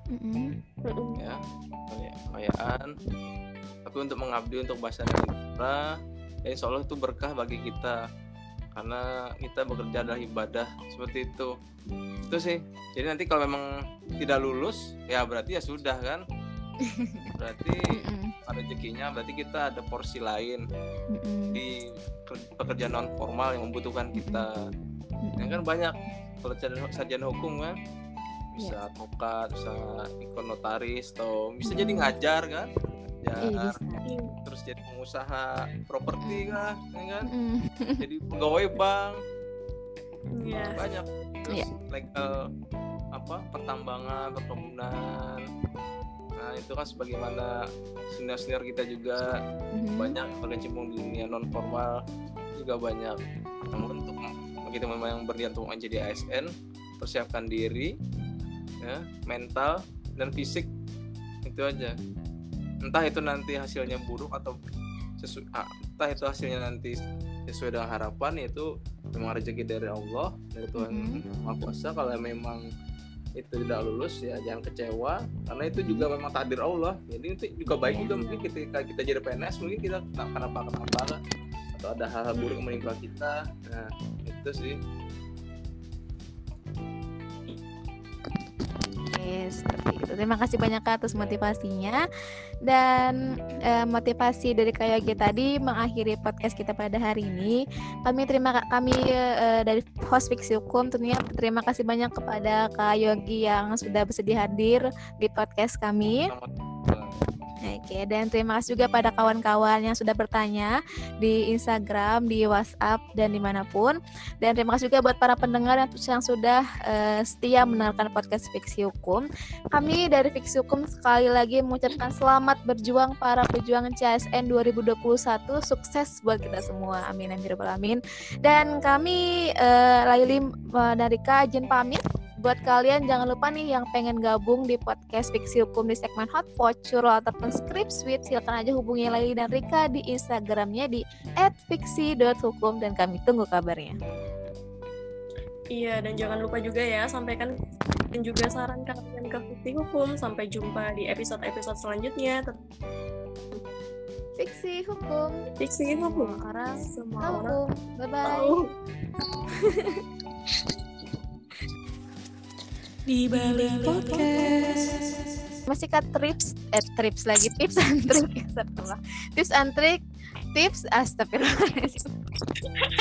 Speaker 3: ya kekayaan, tapi untuk mengabdi untuk bangsa dan negara. Dan insya Allah itu berkah bagi kita, karena kita bekerja adalah ibadah, seperti itu sih. Jadi nanti kalau memang tidak lulus, ya berarti ya sudah kan, berarti rezekinya berarti kita ada porsi lain di pekerjaan non formal yang membutuhkan kita. Yang kan banyak kalau sarjana hukum kan, bisa advokat, bisa ikut notaris, atau bisa jadi ngajar kan, terus jadi pengusaha properti kan, ya kan, jadi pegawai bank, banyak. Terus legal pertambangan, perkebunan. Nah, itu kan sebagaimana senior kita juga banyak berkecimpung di dunia non formal juga banyak. Namun untuk bagi teman-teman yang berniat untuk menjadi ASN, persiapkan diri, ya, mental dan fisik, itu aja. Entah itu nanti hasilnya buruk atau entah itu hasilnya nanti sesuai dengan harapan, itu memang rezeki dari Allah, dari Tuhan Maha Kuasa. Kalau memang itu tidak lulus, ya jangan kecewa, karena itu juga memang takdir Allah. Jadi itu juga baik juga, mungkin ketika kita jadi PNS mungkin kita kenapa atau ada hal-hal buruk menimpa kita. Nah, itu sih.
Speaker 2: Seperti itu. Terima kasih banyak Kak atas motivasinya, dan motivasi dari Kak Yogi tadi mengakhiri podcast kita pada hari ini. Kami dari host Fiksi Hukum tentunya terima kasih banyak kepada Kak Yogi yang sudah bersedia hadir di podcast kami. Oke, dan terima kasih juga pada kawan-kawan yang sudah bertanya di Instagram, di WhatsApp, dan dimanapun. Dan terima kasih juga buat para pendengar yang sudah setia mendengarkan podcast Fiksi Hukum. Kami dari Fiksi Hukum sekali lagi mengucapkan selamat berjuang para pejuang CASN 2021. Sukses buat kita semua. Amin, amin, ya rabbal alamin. Dan kami Laili dari Kak izin pamit. Buat kalian jangan lupa nih yang pengen gabung di podcast Fiksi Hukum di segmen Hotpot, Curol ataupun Script Suite, silakan aja hubungi Laili dan Rika di Instagramnya di @fiksi.hukum dan kami tunggu kabarnya.
Speaker 1: Iya, dan jangan lupa juga ya sampaikan dan juga saran kalian ke Fiksi Hukum. Sampai jumpa di episode-episode selanjutnya.
Speaker 2: Fiksi Hukum.
Speaker 1: Fiksi Hukum.
Speaker 2: Semua orang hukum. Bye-bye.
Speaker 4: Di balik podcast.
Speaker 2: Masih kan tips lagi, tips and trick. Tips and trick, astagfirullahaladzim.